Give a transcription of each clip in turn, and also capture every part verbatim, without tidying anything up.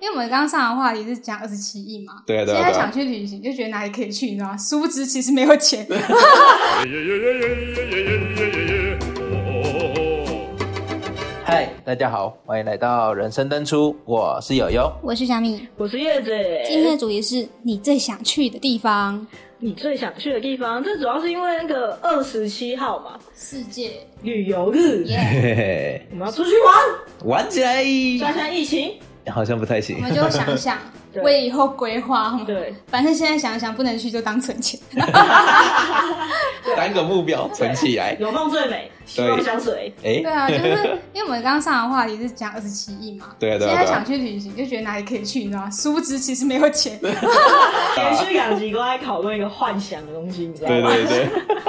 因为我们刚刚上的话题是讲二十七亿嘛， 对对对， 现在想去旅行就觉得哪里可以去，你知道吗？殊不知其实没有钱。 嗨，大家好，欢迎来到人生登出，我是友友， 我是小米， 我是叶子。 今天的主题是你最想去的地方。 你最想去的地方，这主要是因为那个二十七号嘛， 世界旅游日， yeah 我们要出去玩， 玩起来。 加上疫情， 好像不太行。 我们就想想为以后规划。 对， 反正现在想想不能去就当存钱。 单个目标存起来， 有梦最美，希望相随。 哎，对啊，就是因为我们刚刚上的话题是讲二十七亿嘛， 对啊对啊。 现在想去旅行就觉得哪里可以去，你知道吗？殊不知其实没有钱。 连续两集都在讨论一个幻想的东西，你知道吗？ 对对对。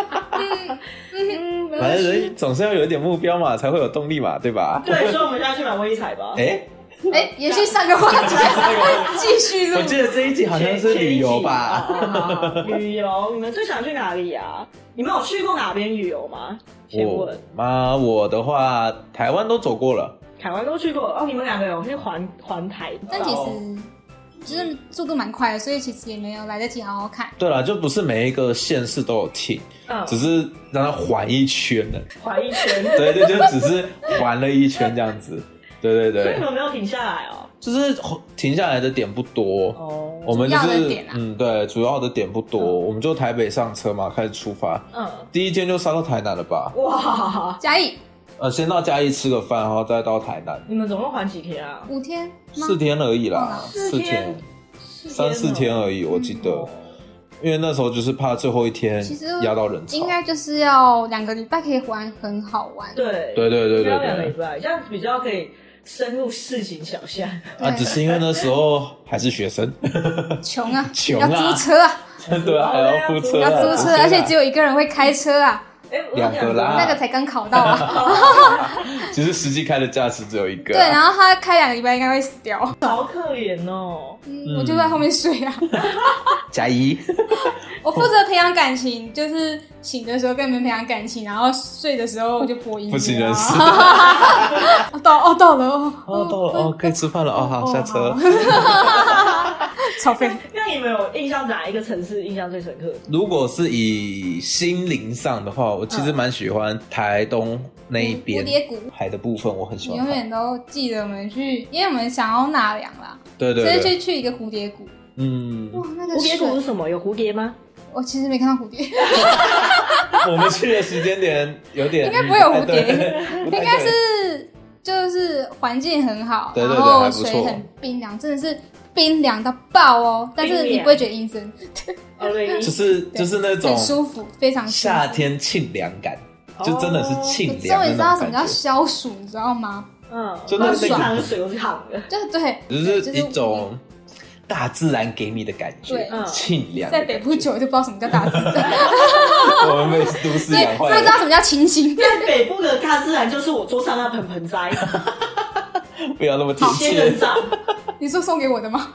嗯， 反正人总是要有一点目标嘛，才会有动力嘛，对吧？ 对，所以我们现在去买威彩吧。 哎。 哎，延续上个话题，继续录。 我记得这一集好像是旅游吧？ 旅游，你们最想去哪里啊？你们有去过哪边旅游吗？先问。 妈，我的话，台湾都走过了， 台湾都去过哦。你们两个有去环环台？ 但其实就是速度蛮快的，所以其实也没有来得及好好看。 对啦，就不是每一个县市都有停，嗯，只是让它环一圈的， 环一圈。 对对，就只是环了一圈这样子。对对对， 所以你们没有停下来哦？ 就是停下来的点不多哦，我们就是主要的点啊，嗯，对，主要的点不多，嗯，我们就台北上车嘛，开始出发，嗯，第一天就杀到台南了吧？ 哇， 嘉义， 呃，先到嘉义吃个饭，然后再到台南。 你们总共环几天啊？ 五天， 四天而已啦，四天，三四天而已，我记得。嗯，因为那时候就是怕最后一天压到人潮， 应该就是要两个礼拜可以玩很好玩。 对对对对对对， 两个礼拜这样比较可以深入市井小巷啊，只是因为那时候还是学生， 穷啊， 穷啊， 要租车啊， 对啊，还要租车， 要租车，而且只有一个人会开车啊。 两个啦， 那个才刚考到啊。 其实实际开的驾驶只有一个， 对，然后他开两个礼拜应该会死掉， 好可怜哦。 嗯，我就在后面睡啊。 加一， 我负责培养感情，就是醒的时候跟你们培养感情，然后睡的时候我就播音乐。 不省人事。 到哦到了哦哦到了哦可以吃饭了哦好下车。 超废。 那你们有印象哪一个城市印象最深刻？ 如果是以心灵上的话，我其实蛮喜欢台东那一边蝴蝶谷海的部分，我很喜欢。 永远都记得我们去，因为我们想要纳凉啦， 对对对， 所以去去一个蝴蝶谷。 嗯， 哇，那个蝴蝶谷是什么？有蝴蝶吗？ 我其实没看到蝴蝶。 我们去的时间点有点， 应该不会有蝴蝶，应该是就是环境很好， 对对对， 然后水很冰凉，真的是冰凉到爆哦！但是你不会觉得阴森， 对， 就是就是那种很舒服，非常舒服夏天沁凉感，就真的是沁凉。 终于知道什么叫消暑，你知道吗？ 嗯， 就那水的水都是烫的， 对对， 就是一种大自然给你的感觉，沁凉。 在北部久就不知道什么叫大自然， 我们被都市养坏了， 不知道什么叫清新。 在北部的大自然就是我桌上那盆盆栽， 不要那么贴切。 你说送给我的吗？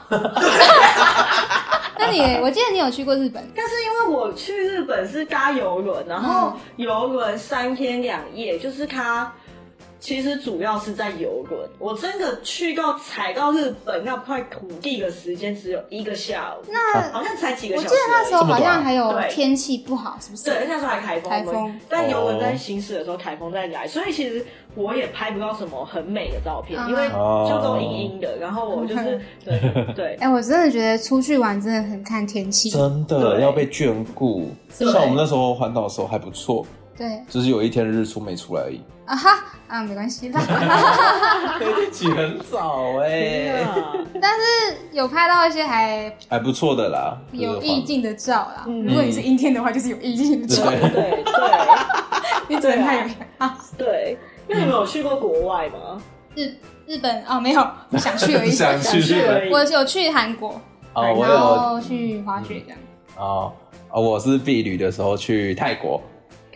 那你，我记得你有去过日本， 但是因为我去日本是搭邮轮，然后邮轮三天两夜，就是它。其实主要是在邮轮，我真的去到踩到日本那块土地的时间只有一个下午， 那好像才几个小时。 我记得那时候好像还有天气不好，是不是？ 对，那时候还台风。 台风。 但邮轮在行驶的时候，台风再来，所以其实我也拍不到什么很美的照片，因为就都阴阴的。然后我就是对对。 哎，我真的觉得出去玩真的很看天气， 真的要被眷顾。像我们那时候环岛的时候还不错。 对， 就是有一天日出没出来而已。 啊哈，啊没关系啦。 起很早哎、欸， 但是有拍到一些还还不错的啦， 有意境的照啦。嗯、如果你是阴天的话，就是有意境的照。 对对对， 你只能太远啊。 对，那你们有去过国外吗？ 日日本哦，没有，想去而已。 想去日本， 我有去韩国， 哦，我有去滑雪这样。 哦哦，我是避旅的时候去泰国。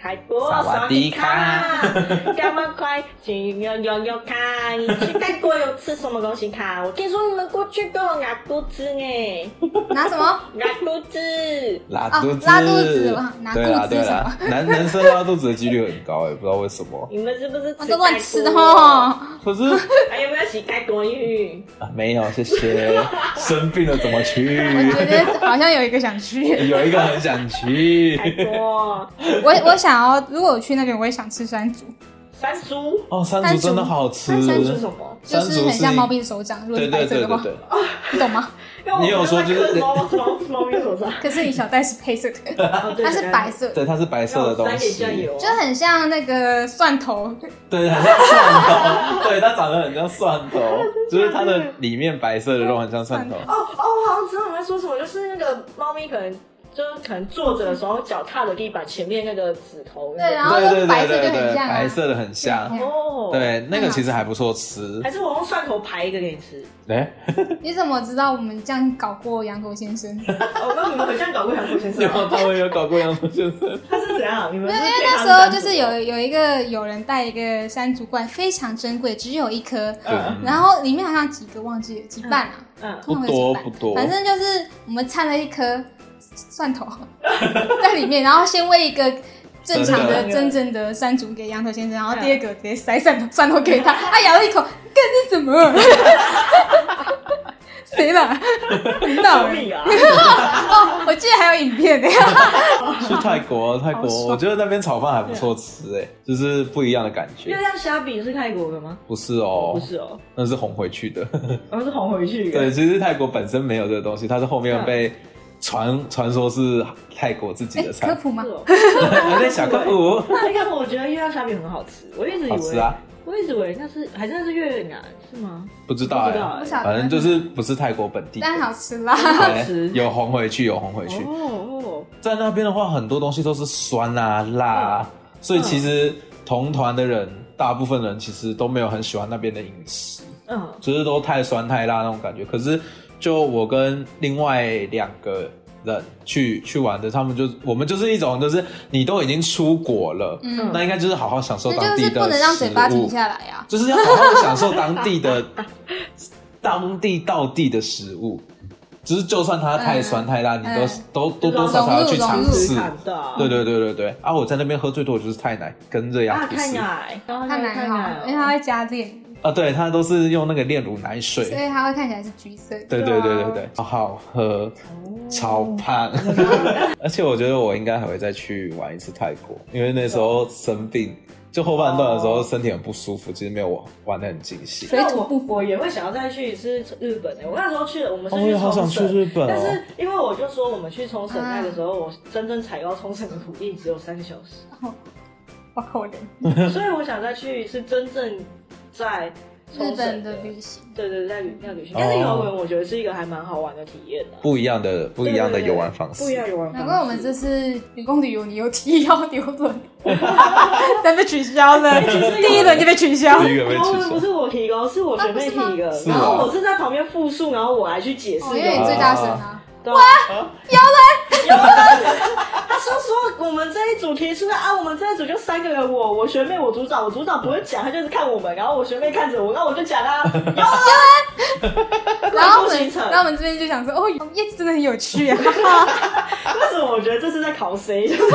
开国， 萨瓦迪卡， 赶快去悠悠悠卡！你去泰国有吃什么东西卡？我听说你们过去都有拉肚子哎， 拿什么？ 拉肚子， 拉肚子， 拉肚子，拿肚子什么？ 男男生拉肚子的几率很高哎，不知道为什么。 你们是不是都乱吃的哦？ 可是还有没有洗泰国浴？ 啊，没有，谢谢。生病了怎么去？ 我觉得好像有一个想去， 有一个很想去。 泰国， 我我想要，如果我去那边，我也想吃山竹。 山猪哦，山竹真的好吃。 山竹什么？ 就是很像猫咪的手掌，如果是白色的话， 对对对对对，你懂吗？ 你有说就是猫猫猫咪手掌， 可是你小袋是配色的，它是白色的， 对，它是白色的东西， 就很像那个蒜头， 对，很像蒜头，对，它长得很像蒜头，就是它的里面白色的肉很像蒜头。 哦哦，我好像知道你在说什么，就是那个猫咪可能。就是可能坐着的时候，脚踏的地板前面那个指头， 对，然后那白色就很像， 白色的很像， 哦， 对，那个其实还不错吃。 还是我用蒜头排一个给你吃？ 哎， 你怎么知道我们这样搞过羊头先生？ 哦，那你们很像搞过羊头先生，有他们有搞过羊头先生。 他是怎样？你们因为那时候就是有有一个有人带一个山竹过来，非常珍贵，只有一颗，然后里面好像几个忘记了，几瓣啊？ 嗯， 不多不多， 反正就是我们掺了一颗蒜头在里面，然后先喂一个正常的真正的山竹给羊头先生，然后第二个直接塞蒜头蒜头给他，他咬了一口，干这什么？谁啦？很闹哎！哦，我记得还有影片呢。 去泰国，泰国，我觉得那边炒饭还不错吃哎，就是不一样的感觉。 月亮虾饼是泰国的吗？ 不是哦， 不是哦， 那是红回去的。 哦，是红回去的。 对，其实泰国本身没有这个东西，它是后面被传传说是泰国自己的菜。 科普吗？ 有点小科普。 那个我觉得月亮虾饼很好吃，我一直以为。 好吃啊。 我一直以为那是还是那是越南是吗？ 不知道哎、欸，反正就是不是泰国本地， 但好吃啦， 好吃， 有红回去，有红回去。 哦哦， 在那边的话，很多东西都是酸啊、辣啊，嗯、所以其实同团的人，大部分人其实都没有很喜欢那边的饮食，嗯，就是都太酸太辣那种感觉。可是就我跟另外两个人去去玩的，他们就我们就是一种，就是你都已经出国了，嗯，那应该就是好好享受当地的食物， 就是不能让嘴巴停下来啊， 就是要好好的享受当地的当地道地的食物，就是就算它太酸太辣，嗯、你都、嗯、都多多少少要去尝试。对对对对对啊！我在那边喝最多的就是泰奶跟热压吐司， 泰奶， 泰奶好，因为它会加炼。 啊，对，它都是用那个炼乳奶水， 所以它会看起来是橘色的。 对对对对对，好好喝，超胖，而且我觉得我应该还会再去玩一次泰国，因为那时候生病，就后半段的时候身体很不舒服，其实没有玩得很尽兴。 所以我不，我也会想要再去一次日本诶、欸。我那时候去了，我们是去冲绳， 我也好想去日本哦。 但是因为我就说我们去冲绳那个时候，我真正踩到冲绳的土地只有三个小时， 好可怜。 所以我想再去一次真正。在日本的旅行， 对对，在旅那旅行，但是游轮我觉得是一在一个还蛮好玩的体验的， 不一样的不一样的游玩方式， 不一样游玩方式。 难怪我们这次员工旅游，你又提要游轮，但被取消了，第一轮就被取消。 第一个被取消， 游轮不是我提供，是我学妹提的，然后我是在旁边复述，然后我还去解释， 因为你最大声啊。 哇，游轮，游轮！他说说我们这一组提出来啊，我们这一组就三个人，我我学妹我组长，我组长不会讲，他就是看我们，然后我学妹看着我，然后我就讲啊，游轮。 然后我们，然后我们这边就想说，哦，叶子真的很有趣啊。 但是我觉得这是在考谁？然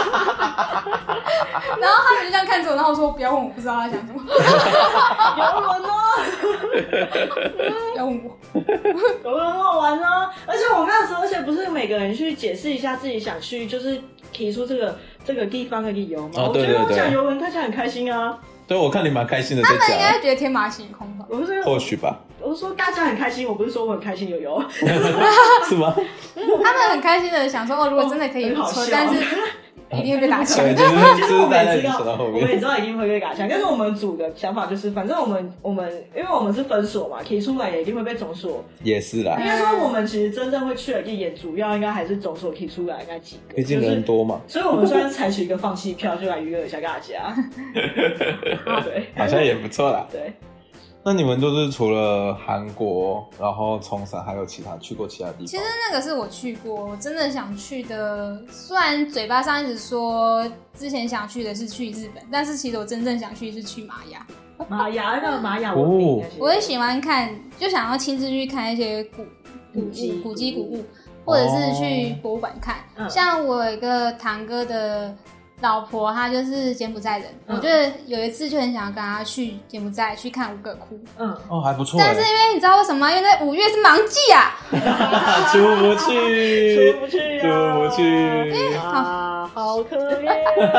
后他们就这样看着我，然后我说不要问我，不知道他讲什么。 游轮哦， 不要问我， 游轮很好玩啊！而且我那时候，而且不是每个人去解释一下自己想去，就是提出这个这个地方的理由吗？ 哦、对对对， 我觉得我讲游轮，大家很开心啊。 对，我看你蛮开心的在讲。 他们应该觉得天马行空吧？ 我是或许吧。 我是说大家很开心，我不是说我很开心游游。 是吗？ 他们很开心的想说，哦，如果真的可以不错，但是一定会被打枪。 对，就是就是我们知道， 我们也知道一定会被打枪。但是我们组的想法就是，反正我们我们因为我们是分所嘛，提出来也一定会被总所。 也是啦。 应该说我们其实真正会去的地点，主要应该还是总所提出来那几个。 毕竟人多嘛。 所以我们虽然采取一个放弃票，就来娱乐一下大家。对， 好像也不错啦。 对。 那你们就是除了韩国，然后冲绳，还有其他去过其他地方？ 其实那个是我去过，我真的想去的。虽然嘴巴上一直说之前想去的是去日本，但是其实我真正想去是去玛雅。 玛雅那个玛雅文明那些， 我也喜欢看，就想要亲自去看一些古古物、古迹、古物，或者是去博物馆看。哦、像我有一个堂哥的老婆，她就是柬埔寨人，嗯、我觉得有一次就很想要跟她去柬埔寨去看吴哥窟。 嗯，哦，还不错。 但是因为你知道为什么吗？因为在五月是盲季啊， 出不去， 出不去、啊， 出不去， 啊，好可怜。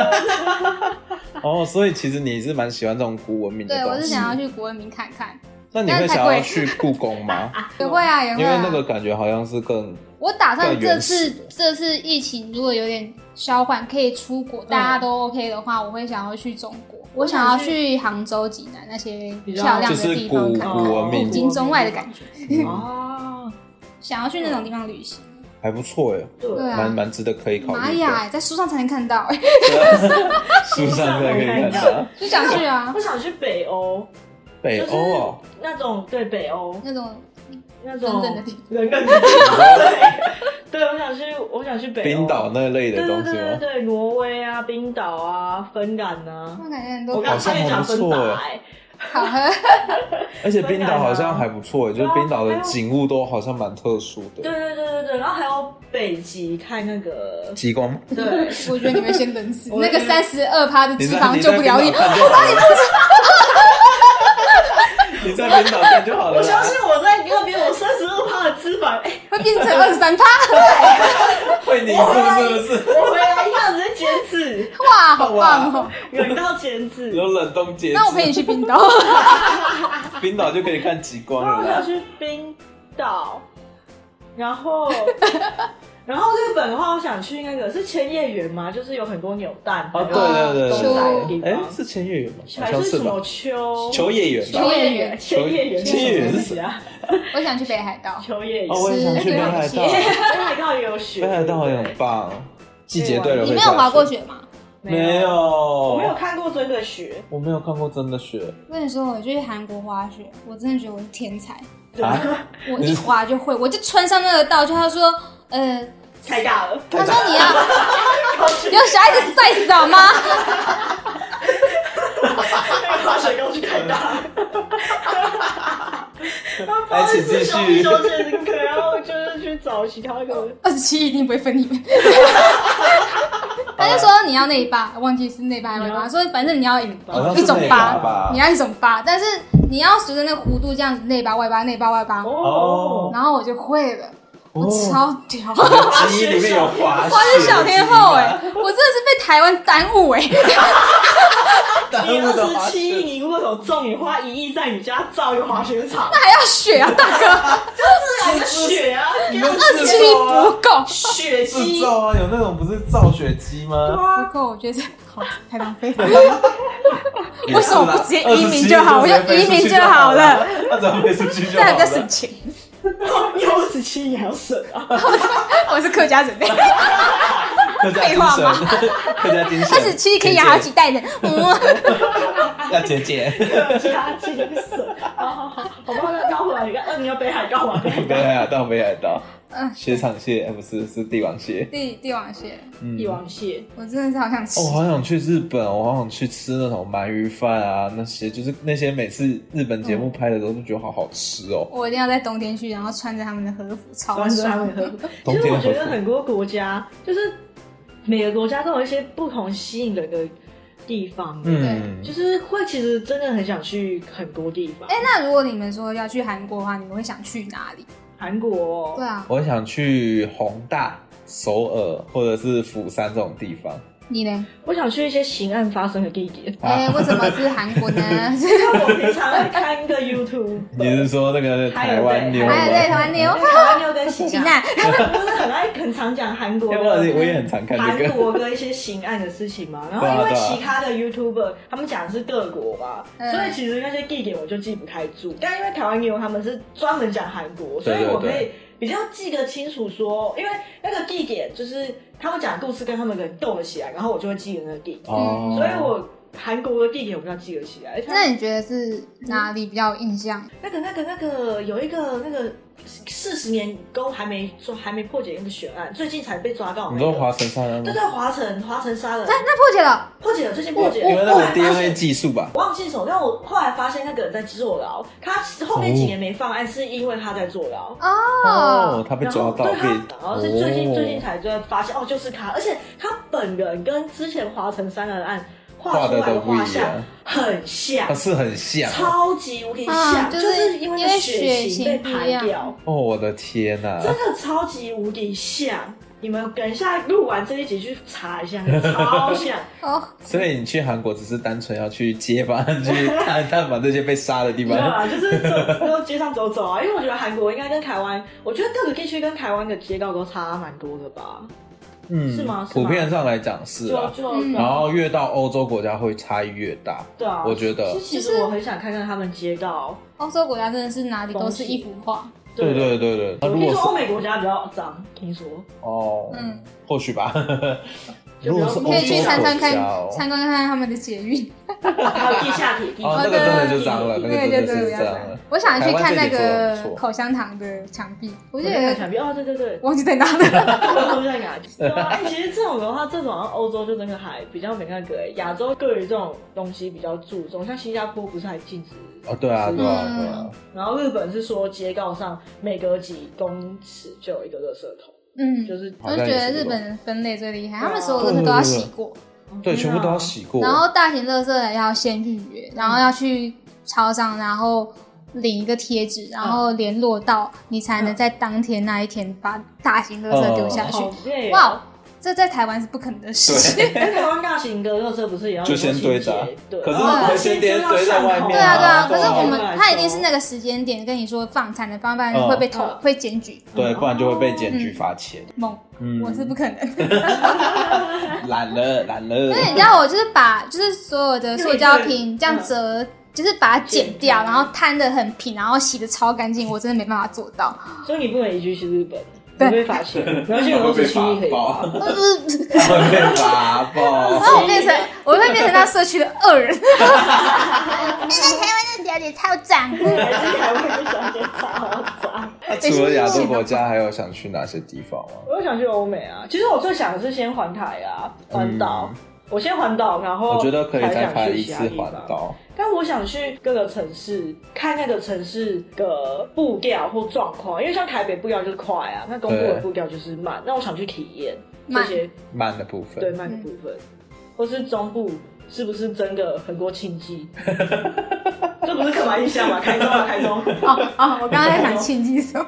哦，所以其实你是蛮喜欢这种古文明的东西。 对，我是想要去古文明看看。 那你会想要去故宫吗？ 也会啊，也会、啊。 因为那个感觉好像是更…… 我打算这次这次疫情如果有点消缓，可以出国，大家都 OK 的话，我会想要去中国。我想要去杭州、济南那些漂亮的地方看看， 就是古文明、 古今中外的感觉。哦，想要去那种地方旅行。 还不错哎， 对啊， 蛮蛮值得可以考虑。 玛雅在书上才能看到哎， 书上才可以看到。 就想去啊， 我想去北欧， 北欧哦， 那种对北欧那种那种人人的地方，人人的地方，对，对，我想去，我想去北欧， 冰岛那类的东西吗？ 对对对，挪威啊，冰岛啊，芬兰啊， 我感觉很多， 我刚才讲芬达哎。 好喝， 而且冰岛好像还不错，就是冰岛的景物都好像蛮特殊的。 对对对对对，然后还有北极看那个极光。 对， 我觉得你会先冷死，那个三十二趴的脂肪救不了你。我帮你录你在冰岛看就好了。 我相信我在那边，我三十二趴的脂肪，哎， 会变成二十三趴。 会凝固是不是？ 我回来一下子减脂， 哇，好棒哦！ 冷到减脂， 有冷冻减脂。 那我陪你去冰岛。 冰岛就可以看极光了。 我想去冰岛，然后。然后日本的话，我想去那个是千叶园吗？就是有很多扭蛋， 哦，对对对， 东仔的地方。 哎，是千叶园吗？ 还是什么秋秋叶原？ 秋叶原， 千叶园， 千叶园是什么？ 我想去北海道。 秋叶原， 哦，我也想去北海道。 北海道也有雪， 北海道也很棒。季节对了， 你没有滑过雪吗？ 没有， 我没有看过真的雪， 我没有看过真的雪。 我跟你说，我去韩国滑雪，我真的觉得我是天才。 啊！ 我一滑就会，我就穿上那个道具，他说，呃。 太大了， 他说你要有小孩子 size 好吗？ 滑雪工具太大， 来，请继续。 休闲课，然后就是去找其他个。 二十七一定不会分你们。他就说你要内八，忘记是内八还是外八，说反正你要一种八，你要一种八，但是你要随着那个弧度这样子内八外八内八外八。哦，然后我就会了。我超屌！ 基因里面有滑雪， 滑雪小天后哎、欸！我真的是被台湾耽误哎、欸！ 你二十七，你如果有中，你花一亿在你家造一个滑雪场， 那还要雪啊，大哥！ 就是有雪啊， 二十七不够， 雪机造啊，有那种不是造雪机吗？ 不够，我觉得好太浪费了。为什么不直接移民就好？我就移民就好了。 那怎么飞出去就好了？ 这样比较省钱。 你有二十七，你还要省啊？ 我是客家人类， 废话吗？客家精神， 二十七可以养好几代人。 要节俭， 客家精神。好好好，我们那高回来一个，那你要北海道吗？ 北海道，北海道。嗯，雪场蟹，不是，是帝王蟹。 帝帝王蟹， 帝王蟹， 我真的是好想吃。 哦，我好想去日本，我好想去吃那种鳗鱼饭啊，那些就是那些每次日本节目拍的都是觉得好好吃哦。 我一定要在冬天去，然后穿着他们的和服，超穿着他们的和服。其实我觉得很多国家，就是每个国家都有一些不同吸引人的地方，嗯，就是会其实真的很想去很多地方。 哎，那如果你们说要去韩国的话，你们会想去哪里？ 韩国， 对啊， 我想去弘大、首尔或者是釜山这种地方。 你呢？ 我想去一些刑案发生的地点。 哎、欸，为什么是韩国呢？ 因为我平常会看一个 YouTube。 你是说那个台湾妞吗？ 对，台湾妞， 台湾妞跟刑案，他们不是很爱很常讲韩国的， 我也很常看这个韩国跟一些刑案的事情嘛。然后因为其他的 YouTuber 他们讲的是各国嘛， 嗯、 所以其实那些地点我就记不太住。但因为台湾妞他们是专门讲韩国，所以我可以比较记得清楚说，因为那个地点就是他们讲故事跟他们人斗了起来，然后我就会记得那个地点。哦、所以我韩国的地铁我比较记得起来。 那你觉得是哪里比较有印象？ 那个、那个、那个有一个那个四十年都还没说还没破解那个悬案，最近才被抓到、那个。 你说华城杀人吗？ 对对，华城华城杀人。 那那破解了， 破解了，最近破解了。 因为那个 D N A 技术吧， 我忘记什么，但我后来发现那个人在坐牢，他后面几年没犯案，是因为他在坐牢。 哦， 他被抓到， 对他，然后是最近、哦、最近才就发现，哦，就是他，而且他本人跟之前华城杀人案画出来的画像很像， 他是很像， 超级无敌像、啊，就是因为那血型被排掉。 哦，我的天哪、啊， 真的超级无敌像。你们等一下录完这一集去查一下，超像哦。 所以你去韩国只是单纯要去街坊去探探访这些被杀的地方？ 没有啊，就是走街上走走啊。因为我觉得韩国应该跟台湾，我觉得各个地区跟台湾的街道都差蛮多的吧。 嗯， 是吗？ 普遍上来讲是啊，然后越到欧洲国家会差异越大。 对啊， 我觉得。 其实我很想看看他们街道。 欧洲国家真的是哪里都是一幅画。 对对对对， 我听说欧美国家比较脏，听说。 哦，嗯，或许吧。 如果是欧洲国家，可以去参观看参观看他们的捷运， 还有地下铁。 哦，那个真的就脏了，那个真的是脏了。 我想去看那个口香糖的墙壁，我记得墙壁哦，对对对， 忘记在哪了， 忘记在哪。对啊，哎，其实这种的话，这种好像欧洲就真的还比较没那个，亚洲对于这种东西比较注重，像新加坡不是还禁止？ 哦，对啊，对啊，对啊。 然后日本是说街道上每隔几公尺就有一个垃圾桶。 嗯， 就是我就觉得日本的分类最厉害，他们所有垃圾都要洗过， 对，全部都要洗过。 然后大型垃圾要先预约，然后要去超商，然后领一个贴纸，然后联络到你才能在当天那一天把大型垃圾丢下去。哇！这在台湾是不可能的事情。 在台湾大型的垃圾不是也要就先堆着， 对， 可是会先堆在外面。 对啊对啊，可是我们他一定是那个时间点跟你说放才能放，不然会被投会检举。 对，不然就会被检举罚钱。 猛，我是不可能。 懒了懒了。 因为你知道我就是把就是所有的塑胶瓶这样折。就是把它剪掉，然后摊得很平，然后洗得超干净，我真的没办法做到。 所以你不能移居去日本，你被罚钱，然后现在有十七亿可以花， 会被罚爆。 然后我变成，我会变成那社区的恶人。台湾的小姐超脏， 还是台湾的小姐超脏。 除了亚洲国家，还有想去哪些地方吗？ 我想去欧美啊，其实我最想的是先环台啊，环岛。我先环岛，然后我觉得可以再拍一次环岛。 但我想去各个城市看那个城市的步调或状况，因为像台北步调就是快啊，那东部的步调就是慢。那我想去体验这些慢的部分， 对慢的部分，或是中部是不是真的很多庆忌？这不是刻板印象吗？台中啊，台中。 哦哦，我刚刚在想庆忌什么？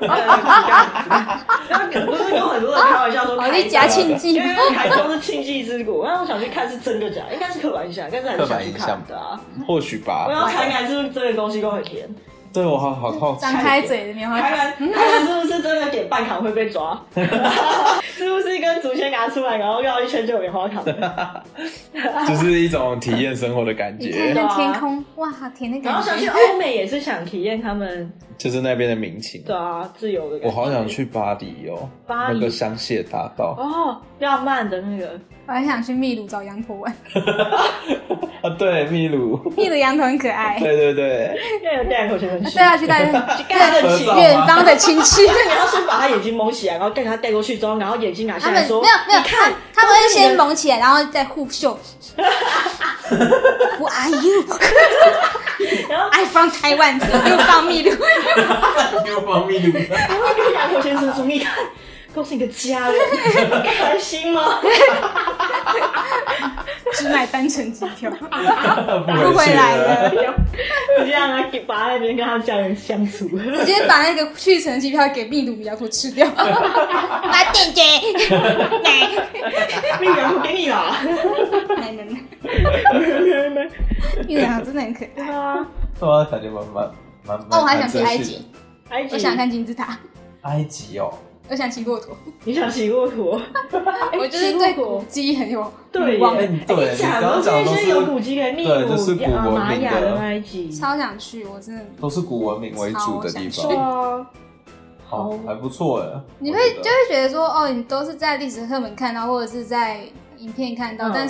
不是有很多人开玩笑说台中， 你假庆忌， 因为台中是庆忌之国。那我想去看是真的假，应该是刻板印象，应该是很想去看的啊。 或许吧。 我要台南是不是真的东西都很甜？ 对，我好好好奇。 张开嘴的棉花糖。台南，台南是不是真的点半糖会被抓？是不是跟祖先拿出来，然后绕一圈就有棉花糖？ 就是一种体验生活的感觉。 你看天空，哇，好甜的感觉。 然后想去欧美也是想体验他们， 就是那边的民情。 对啊，自由的感觉。 我好想去巴黎哦， 巴黎那个香榭大道。 哦，浪漫的那个。 我还想去秘鲁找羊驼玩。 啊，对，秘鲁， 秘鲁羊驼很可爱。 对对对， 要有带口先生去。 对啊，去带去带远方的亲戚。 你要先把他眼睛蒙起来，然后带他带过去之后，然后眼睛拿下来说， 没有没有， 看他们会先蒙起来，然后再互秀。Who are you? I from Taiwan. 又放秘鲁。 又放秘鲁。 然后跟羊驼先生说：“你看。”都是你的家人，开心吗？ 只买单程机票， 不回来了。 直接让他给把那边跟他家人相处， 直接把那个去程机票给秘鲁羊驼吃掉。把点姐，奶， 秘鲁羊驼给你了。 奶奶奶，秘鲁羊驼真的很可爱啊！ 哇，感觉蛮蛮蛮。 哦，我还想去埃及， 埃及， 我想看金字塔。 埃及哦。 我想骑骆驼， 你想骑骆驼？ 我就是对古迹很有对望。 对，你刚刚讲都是有古迹的秘鲁、 就是古文明的埃及， 超想去，我真的都是古文明为主的地方。 对啊， 好，还不错哎。 你会就会觉得说，哦，你都是在历史课本看到，或者是在影片看到，但是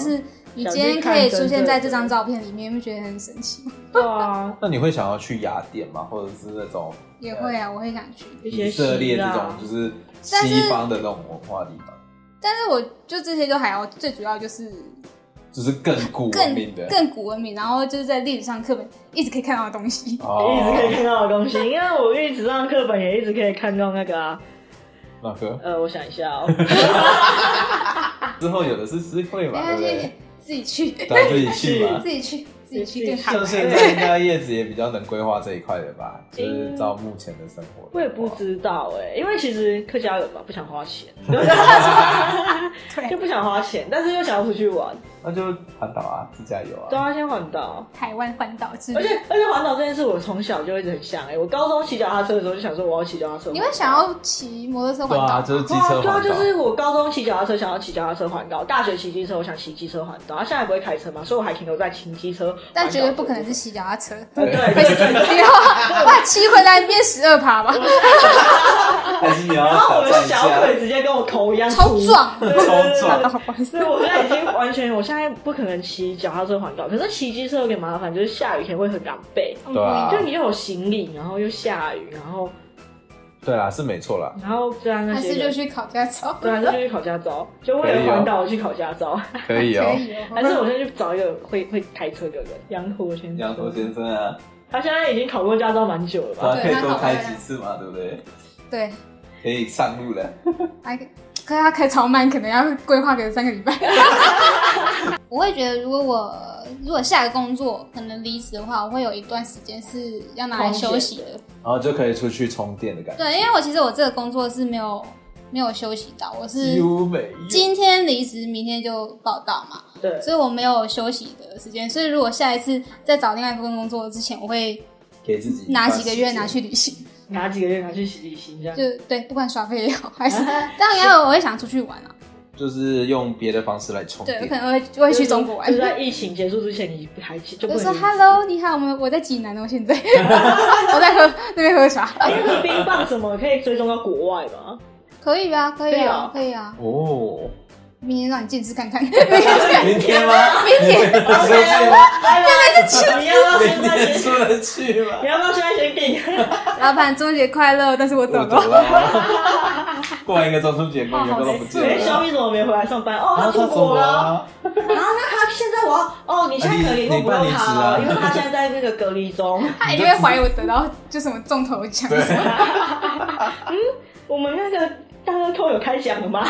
你今天可以出现在这张照片里面，会觉得很神奇吗？ 对啊。 那你会想要去雅典吗？或者是那种也会啊，我会想去以色列这种就是西方的那种文化地方。 但是我就这些都还好，最主要就是就是更古文明的， 更古文明，然后就是在历史上课本一直可以看到的东西， 哦、一直可以看到的东西。因为我历史上课本也一直可以看到那个啊， 哪个？ 呃，我想一下哦。 之后有的是机会嘛，对不对？ 自己去， 对，自己去嘛， 自己去，自己去更好。 像现在应该叶子也比较能规划这一块的吧，就是照目前的生活。 我也不知道哎、欸，因为其实客家人吧不想花钱，就不想花钱，但是又想要出去玩。 那就环岛啊，自驾游啊。 对啊，先环岛， 台湾环岛之旅。 而且而且环岛这件事，我从小就一直很想哎、欸。我高中骑脚踏车的时候就想说我要骑脚踏车。 你会想要骑摩托车环岛？ 对啊，就是机车环岛。 对啊，就是我高中骑脚踏车想要骑脚踏车环岛，大学骑机车我想骑机车环岛。啊，现在不会开车嘛，所以我还停留在骑机车。 但绝对不可能是骑脚踏车， 对对， 会死掉。哇，骑回来变十二趴吧。 还是你要？ 然后我的小腿直接跟我头一样超壮， 超壮。 不好意思， 所以我现在已经完全，我现在不可能骑脚踏车环岛，可是骑机车有点麻烦，就是下雨天会很狼狈。 对啊， 就你又有行李，然后又下雨，然后对啦，是没错啦。 然后这样那些， 还是就去考驾照。 对，还是就去考驾照，就为了环岛我去考驾照。 可以哦， 还是我现在去找一个会会开车的人，羊驼先生。 羊驼先生啊， 他现在已经考过驾照蛮久了吧？ 他可以多开几次嘛，对不对？ 对， 可以上路了。 还可是他开超慢，可能要规划个三个礼拜。我会觉得，如果我如果下个工作可能离职的话，我会有一段时间是要拿来休息的， 然后就可以出去充电的感觉。 对，因为我其实我这个工作是没有没有休息到，我是今天离职，明天就报到嘛， 对， 所以我没有休息的时间。所以如果下一次再找另外一份工作之前，我会给自己拿几个月拿去旅行。 拿几个月拿去旅行，这样就对，不管耍废也好，还是当然我会想出去玩啊， 就是用别的方式来充电。 对，我可能会就会去中国玩。 就是在疫情结束之前，你还就不能说 Hello， 你好，我们我在济南哦，现在我在喝那边喝茶。 因为冰棒什么可以追踪到国外吗？ 可以啊，可以啊，可以啊。 哦。 明天让你见识看看。明天吗？ 明天。 你说去吗？ 明天你要不要现在先说得去吗？ 你要不要现在先订？ 老板，中秋节快乐！但是我走了。 过完一个中秋节，公园都不见了。 哎，小米怎么没回来上班？哦，他出国了。啊，那他现在我要哦，你现在可能以后不用他了，因为他现在在那个隔离中。 他一定会怀疑我得到就什么中头奖。 嗯，我们那个大乐透有开奖了吗？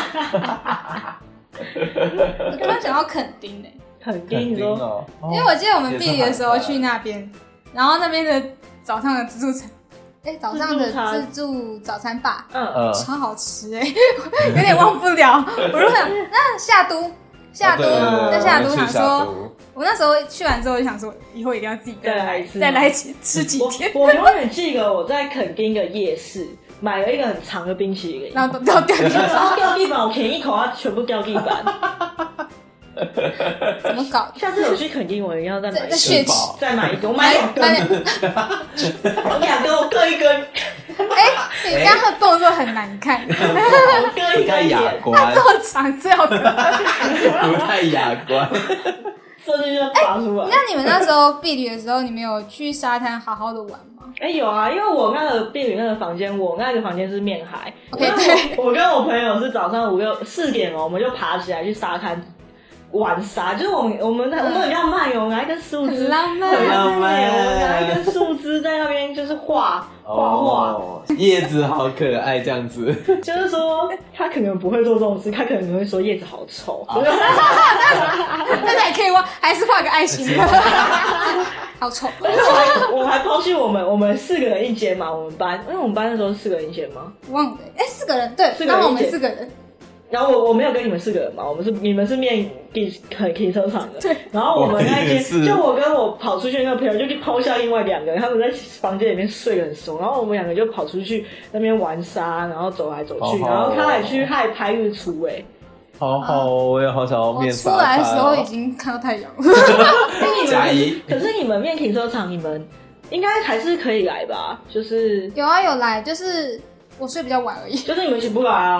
我刚刚讲到垦丁诶， 垦丁你说， 因为我记得我们毕业的时候去那边，然后那边的早上的自助餐，哎，早上的自助早餐吧，嗯，超好吃哎，有点忘不了。我就想，那夏都，夏都，在夏都想说，我那时候去完之后就想说，以后一定要自己再来再来吃几天。 我永远记得我在垦丁的夜市。买了一个很长的冰淇淋， 然后都掉地板， 然后掉地板，我舔一口，它全部掉地板。 怎么搞？ 下次我去垦丁，我一定要再买一个， 再买一个，我买两根，我两根，我各一根。 哎，你刚刚的动作很难看， 我各一根，雅观， 这么长，这样不太雅观。 这就拔出来。 那你们那时候避旅的时候，你们有去沙滩好好的玩吗？ 哎、欸，有啊，因为我那个避旅那个房间，我那个房间是面海。 Okay, 对， 我跟我朋友是早上五六四点哦，我们就爬起来去沙滩玩沙，就是我们我们、嗯、我们很浪漫哦，拿一根树枝， 很浪漫， 很浪漫，我们拿一根树枝在那边就是画画画， 叶子好可爱这样子。 就是说他可能不会做这种事，他可能会说叶子好丑。 但是还可以画，还是画个爱心。好丑！ 而且我还我还抛弃我们，我们四个人一间嘛，我们班，因为我们班那时候是四个人一间吗？ 忘了，哎、欸，四个人，对，然后我们四个人。 然后我我没有跟你们四个人嘛，我们是你们是面停停车场的， 对。 然后我们那一间，就我跟我跑出去那个朋友就去抛下另外两个人，他们在房间里面睡得很熟，然后我们两个就跑出去那边玩沙，然后走来走去，然后他还去还拍日出哎、欸。 好好，我也好想要面沙。 我出来的时候已经看到太阳了。 加一。 可是你们面停车场，你们应该还是可以来吧？就是有啊有来，就是我睡比较晚而已。 就是你们起不来啊？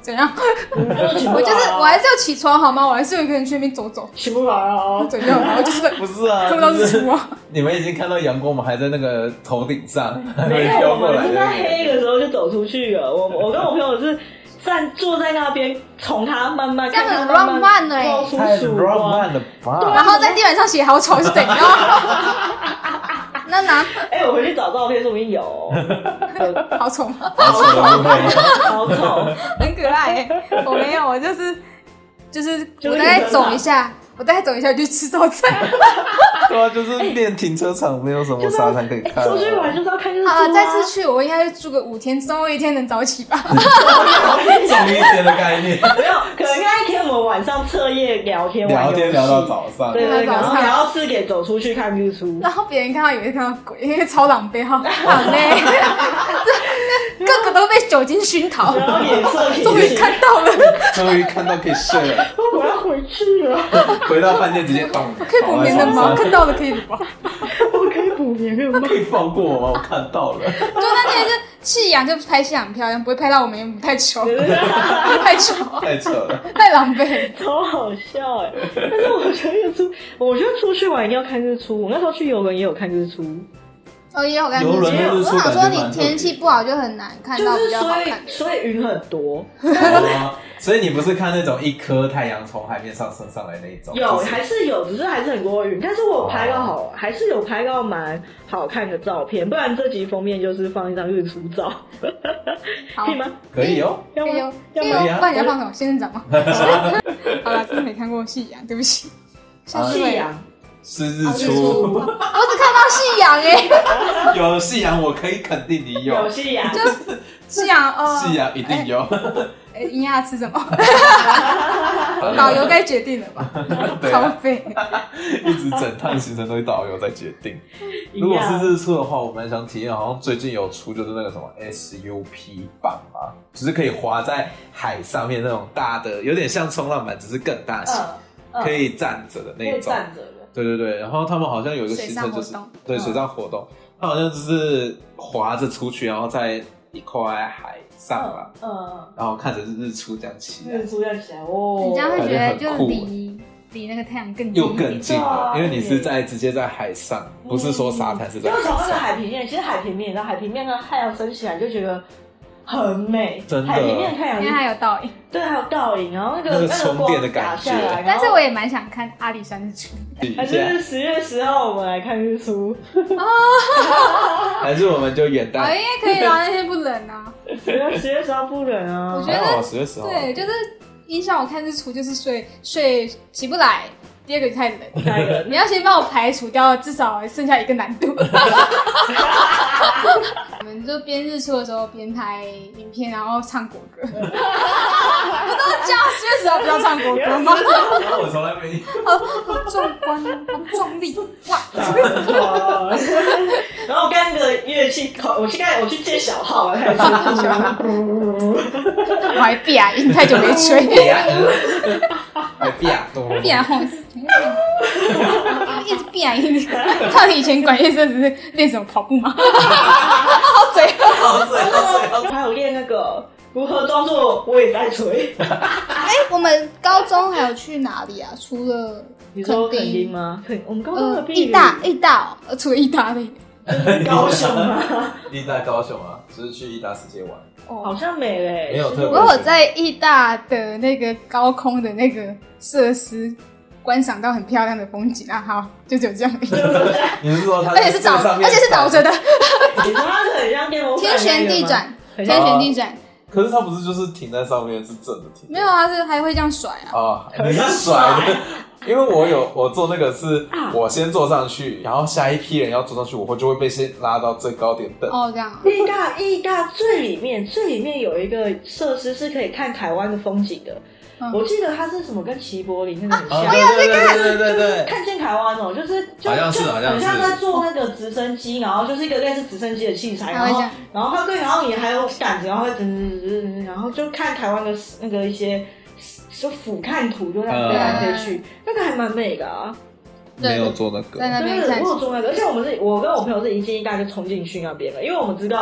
怎样？ 我我就是我还是要起床好吗？我还是有一个人去那边走走。 起不来啊？ 怎样？我就是不是啊， 看不到日出啊。 你们已经看到阳光吗？还在那个头顶上，还没有，我飘过来们是在黑的时候就走出去了。我我跟我朋友是站坐在那边，从他慢慢看他慢慢冒出太曙浪光漫了吧？ 然后在地板上写好丑是怎样？那拿哎、欸，我回去找照片，说不定有、哦， 好丑吗？ 好丑的部分， 好丑， 很可爱、欸。我没有，我就是就是我大概走一下，我大概走一下就吃早餐。 对啊，就是练停车场，没有什么沙滩可以看、啊。 出去玩就是要看日出、啊。 好了，再次去我应该住个五天，总有一天能早起吧？ 总一天的概念。 没有，可能那一天我们晚上彻夜聊天， 聊天聊到早上， 对对，然后聊到四点走出去看日出。 然后别人看到以为看到鬼，因为超狼狈，好好累，个个都被酒精熏陶， 然后脸色终于看到了， 终于看到可以睡了。 我要回去了， 回到饭店直接咚。 可以补眠的吗？看到了可以了吧？ 我可以补眠了吗？ 可以放过我吗？我看到了。 就那天是夕阳，就拍夕阳很漂亮，不会拍到我们太丑，太丑， 太扯了， 太狼狈， 超好笑哎！但是我觉得日出，我觉得出去玩一定要看日出。我那时候去游轮也有看日出。 哦，也有看日出。 游轮的日出我想说，你天气不好就很难看到比较好看的。 所以云很多。 所以你不是看那种一颗太阳从海面上升上来那一种？ 有，还是有，只是还是很多云。但是我有拍到好，哦、还是有拍到蛮好看的照片。不然这集封面就是放一张日出照，可以吗？ 可以哦， 可以哦，可以哦。不然你要放什么？仙人掌吗？好了，真的没看过夕阳，对不起。 夕阳。 是日出， 我只看到夕阳哎。 有夕阳，我可以肯定你有。 有夕阳， 就夕阳哦。 夕阳一定有。 哎，营养吃什么？导游该决定了吧？超费。 一直整趟行程都是导游在决定。如果是日出的话，我蛮想体验，好像最近有出就是那个什么 S U P 板嘛，只是可以滑在海上面那种大的，有点像冲浪板，只是更大型，嗯嗯、可以站着的那种。 可以站着的。 对对对，然后他们好像有一个行程就是对水上活动，他好像就是划着出去，然后在一块海上嘛，嗯，嗯然后看着日出这样起来， 日出这样起来哦， 你这样会觉得就离离那个太阳更近又更近了，因为你是在直接在海上，不是说沙滩是在海上。 因为从那个海平面，其实海平面，然后海平面呢太阳升起来就觉得。很美， 真的， 海平面太阳， 因为它有倒影， 对，还有倒影，然后那个那个充电的感觉。 但是我也蛮想看阿里山日出， 还是十月十号我们来看日出， 还是我们就元旦？ 哦，应该可以啦，那天不冷啊。 十月十月十号不冷啊， 我觉得十月十号， 对，就是影响我看日出，就是睡睡起不来。第二个太冷，太冷，你要先帮我排除掉，至少剩下一个难度。我们就边日出的时候边拍影片，然后唱国歌。不都叫十月十号不要唱国歌吗？ 我从来没。 好好壮观，好壮丽，哇！ 然后刚个乐器，我去看，我去接小号了，开始。 我还变音，太久没吹。 还变变后。一直变音，看你以前管乐社只是练什么跑步吗？好嘴， 好嘴，好嘴。 还有练那个如何装作我也在吹。 哎、欸，我们高中还有去哪里啊？除了你说垦丁吗？垦我们高中的义大，义大哦，除了义大那个高雄吗？ 义大高雄啊，只是去义大世界玩。 哦，好像没嘞， 没有特别。 我有在义大的那个高空的那个设施。观赏到很漂亮的风景啊！好，就只有这样。 你是说它？ 而且是倒，而且是倒着的。 你说它是很像电风扇天旋地转，天旋地转。 可是它不是就是停在上面是正的停？ 没有啊，是还会这样甩啊。 哦，你是甩的。因为我有我做那个是，我先坐上去，然后下一批人要坐上去，我会就会被先拉到最高点等。 哦，这样。 义大义大最里面最里面有一个设施是可以看台湾的风景的。嗯、我记得它是什么跟齐柏林那个很像， 我有在看， 对对对， 看见台湾哦，就是就好像是好像是， 很像在做那个直升机，然后就是一个类似直升机的器材，然后然后它对，然后你还有杆子，然后会噔噔噔，然后就看台湾的那个一些就俯瞰图，就这样飞来飞去，那个还蛮美的啊。 没有做那个， 在那边看， 我有做那个，而且我们是，我跟我朋友是一进一大就冲进去那边了，因为我们知道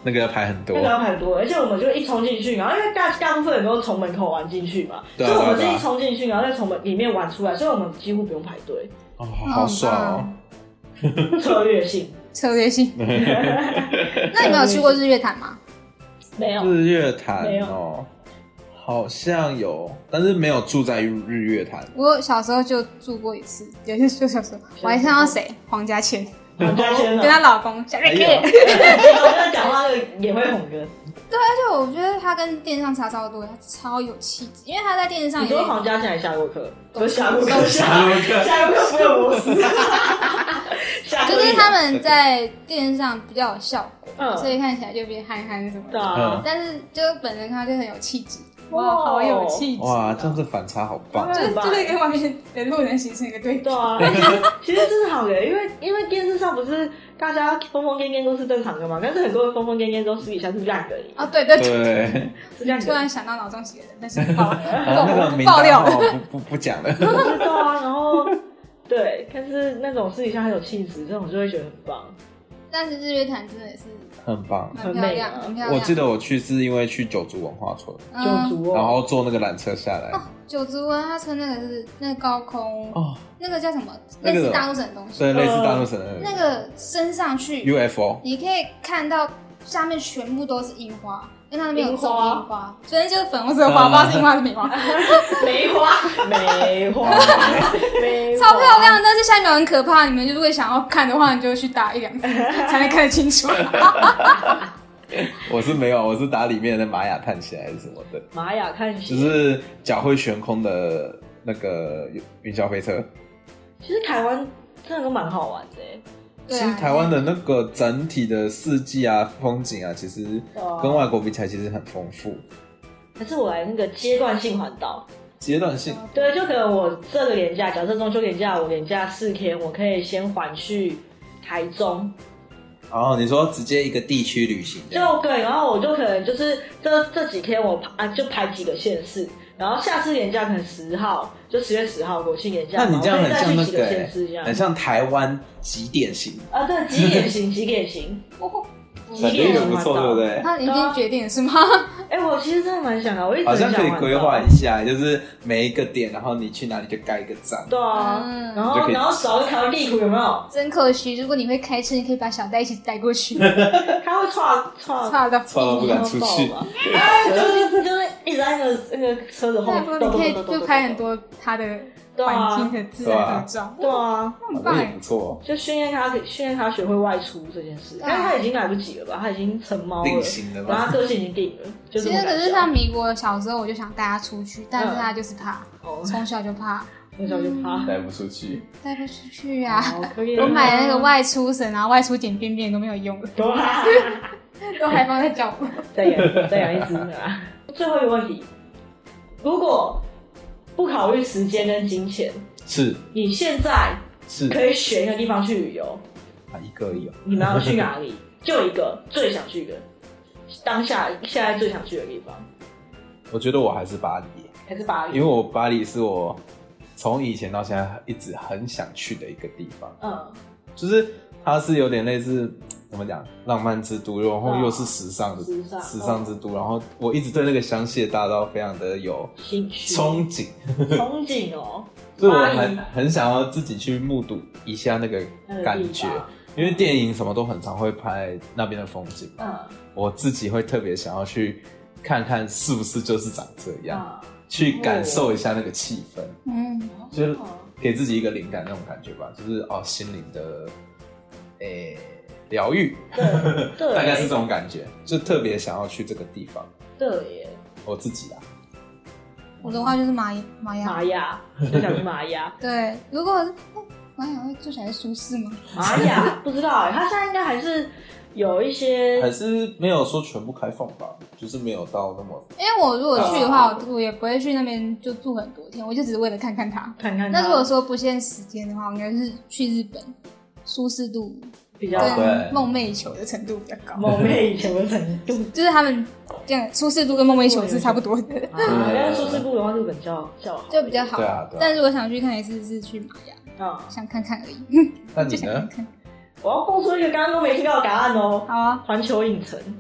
那个要排很多， 那个要排很多，而且我们就一冲进去，然后因为大大部分人都是从门口玩进去嘛， 对啊、 所以我们是一冲进去，然后再从门里面玩出来，所以我们几乎不用排队。 哦，好爽哦！策略性， 策略性。那你们有去过日月潭吗？ 没有。 日月潭哦，好像有，但是没有住在日月潭。 我小时候就住过一次，也是就小时候，我还看到谁，黄家千。 黄家千跟她老公小瑞克， 我跟他讲话也会哄歌。 对，而且我觉得他跟电视上差超多，他超有气质，因为他在电视上。 你说黄家千还是夏洛克？不是夏洛克， 夏洛克， 夏洛克福尔摩斯。 就是他们在电视上比较有效果，嗯、所以看起来就变憨憨什么的。嗯、但是就本人看就很有气质。哇，好有气质！ 哇，这样子反差好棒， 就是就是跟外面的路人形成一个对比。 对啊，其实真的好的，因为因为电视上不是大家疯疯癫癫都是正常的嘛，但是很多人疯疯癫癫都私底下是烂人。 啊，对对对， 是这样。 突然想到脑中写的人，但是爆那个爆料了， 不不不讲了。 不知道啊，然后对，但是那种私底下很有气质，这种就会觉得很棒。 但是日月潭真的是很棒， 很漂亮，很漂亮。 我记得我去是因为去九族文化村， 九族、哦， 然后坐那个缆车下来。 哦，九族文化村那个是那个高空哦，那个叫什么？类似大陆神的东西。 对，类似大陆神的那个升上去 U F O， 你可以看到下面全部都是樱花。因为它那边有种樱花，所以就是粉红色的花，不知道是樱花还是梅花。 梅花，梅花，梅花， 超漂亮！但是下面很可怕，你们如果想要看的话，你就去打一两次才能看得清楚。 我是没有，我是打里面的玛雅探险还是什么的。 玛雅探险就是脚会悬空的那个云霄飞车。 其实台湾真的都蛮好玩的耶。 其实台湾的那个整体的四季啊、风景啊，其实跟外国比起来，其实很丰富。 还是我来那个阶段性环岛。 阶段性。 对，就可能我这个连假，假设中秋连假，我连假四天，我可以先环去台中。 哦，你说直接一个地区旅行？ 就对，然后我就可能就是这这几天我排就排几个县市。然后下次连假可能十号，就十月十号国庆连假， 那你这样很像那个、 欸， 很像台湾极点型啊，对，极点型，极点型， 感觉也不错，对不对？ 他已经决定了是吗？ 哎、欸，我其实真的蛮想的，我一直好像可以规划一下，就是每一个点，然后你去哪里就盖一个章。 对啊，嗯、然后然后扫一条地图有没有？ 真可惜，如果你会开车，你可以把小戴一起带过去。 他会岔岔岔到岔到不敢出去， 哎，就是就是一直在那个那个车子后面， 你可以就拍很多他的环境的自然合照。 对啊， 很棒， 也不错。 就训练他，训练他学会外出这件事，但是他已经来不及了吧？他已经成猫了， 定型了吧？ 然后他个性已经定了。其实可是像米国小时候，我就想带他出去，但是他就是怕，从小就怕。 从小就怕带不出去， 带不出去啊！我买那个外出绳，然后外出剪便便都没有用了，都还放在脚。 再养再养一只啊！最后一个问题，如果不考虑时间跟金钱， 是你现在是可以选一个地方去旅游啊，一个而已哦。 你们要去哪里？就一个最想去的，当下现在最想去的地方。 我觉得我还是巴黎， 还是巴黎， 因为我巴黎是我从以前到现在一直很想去的一个地方。嗯，就是它是有点类似怎么讲，浪漫之都，然后又是时尚的、嗯、时尚之都，然后我一直对那个香榭大道非常的有憧憬， 憧憬哦， 所以我很很想要自己去目睹一下那个感觉，因为电影什么都很常会拍那边的风景嘛，嗯，我自己会特别想要去看看是不是就是长这样。嗯，去感受一下那个气氛，嗯，就是给自己一个灵感那种感觉吧，就是哦，心灵的诶疗愈，对，大概是这种感觉，就特别想要去这个地方。 对耶， 我自己啊， 我的话就是玛玛雅， 玛雅，就想去玛雅。 对，如果是玛雅会住起来舒适吗？ 玛雅不知道哎，他现在应该还是。有一些还是没有说全部开放吧，就是没有到那么。 因为我如果去的话，啊、我也不会去那边就住很多天，我就只是为了看看它， 看看它。 那如果说不限时间的话，我应该是去日本，舒适度比较跟梦寐以求的程度比较高。 梦寐以求的程度， 就是他们这样舒适度跟梦寐以求是差不多的。 啊，但是舒适度的话，日本较较好， 就比较好。 对啊，对啊。 但如果想去看，也是是去玛雅，啊，想看看而已。 那你呢？ 就想看看。 我要蹦出一个刚刚都没听到的答案哦。 好啊， 环球影城。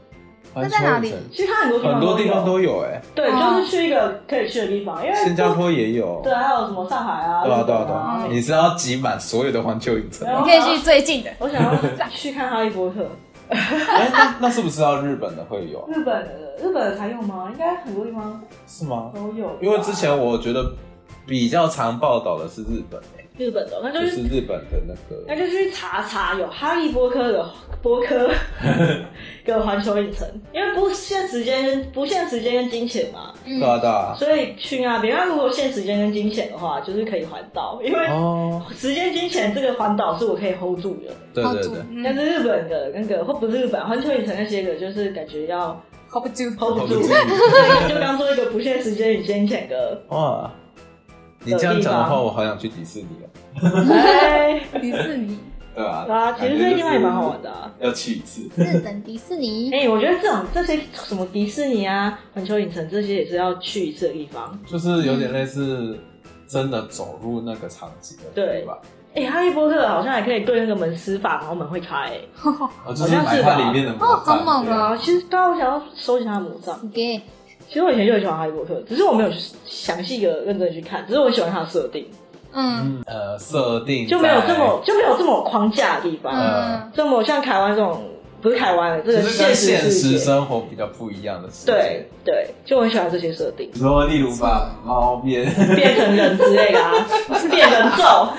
那在哪里？ 其实它很多地方很多地方都有哎、欸。 对，就是去一个可以去的地方，因为新加坡也有。 对，还有什么上海啊？ 对啊对啊对啊！你是要挤满所有的环球影城？ 你可以去最近的。 我想要去看哈利波特。 哎、那那是不是要日本的会有？ 日本的日本的才有吗？应该很多地方是吗？ 都有。 因为之前我觉得比较常报道的是日本诶、 欸，日本的那就是、 就是日本的那个， 那就去查查有哈利波特的波科跟环球影城，因为不限时间、不限时间跟金钱嘛。 对啊对啊。 所以去那边，那如果限时间跟金钱的话，就是可以环岛，因为时间、金钱这个环岛是我可以 hold 住的。 对对对。 但是日本的那个或不是日本环球影城那些个，就是感觉要 hold 不住 ，hold 不住。所以就刚说一个不限时间与金钱的。 哇，你这样讲的话，我好想去迪士尼哦。哎， 迪士尼。 对啊， 啊，其实这地方也蛮好玩的啊， 要去一次。 日本迪士尼， 哎、欸，我觉得这种这些什么迪士尼啊、环球影城这些也是要去一次的地方， 就是有点类似真的走入那个场景的，对吧？ 哎、欸，哈利波特好像还可以对那个门施法，然后门会开、欸， 哦，就是买它里面的魔杖， 哦，好猛啊！ 其实刚刚我想要收集它的魔杖， 给。 其实我以前就很喜欢哈利波特，只是我没有详细的认真去看，只是我喜欢它的设定。 嗯， 呃，设定就没有这么就没有这么框架的地方， 嗯， 这么像台湾这种不是台湾的这个现实现实生活比较不一样的世界， 对对，就我很喜欢这些设定。 你说，例如把猫变变成人之类的啊，变人咒。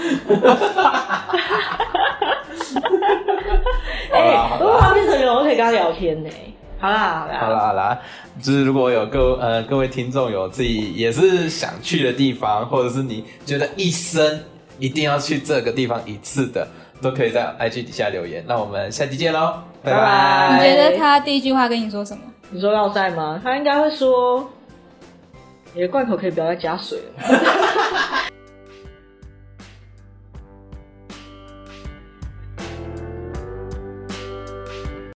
哎，如果他变成人，我可以跟他聊天呢。好啦好啦好啦好啦，就是如果有各呃各位听众有自己也是想去的地方，或者是你觉得一生一定要去这个地方一次的，都可以在 I G 底下留言。那我们下期见喽，拜拜。 你觉得他第一句话跟你说什么？ 你说要在吗？他应该会说，你的罐头可以不要再加水了。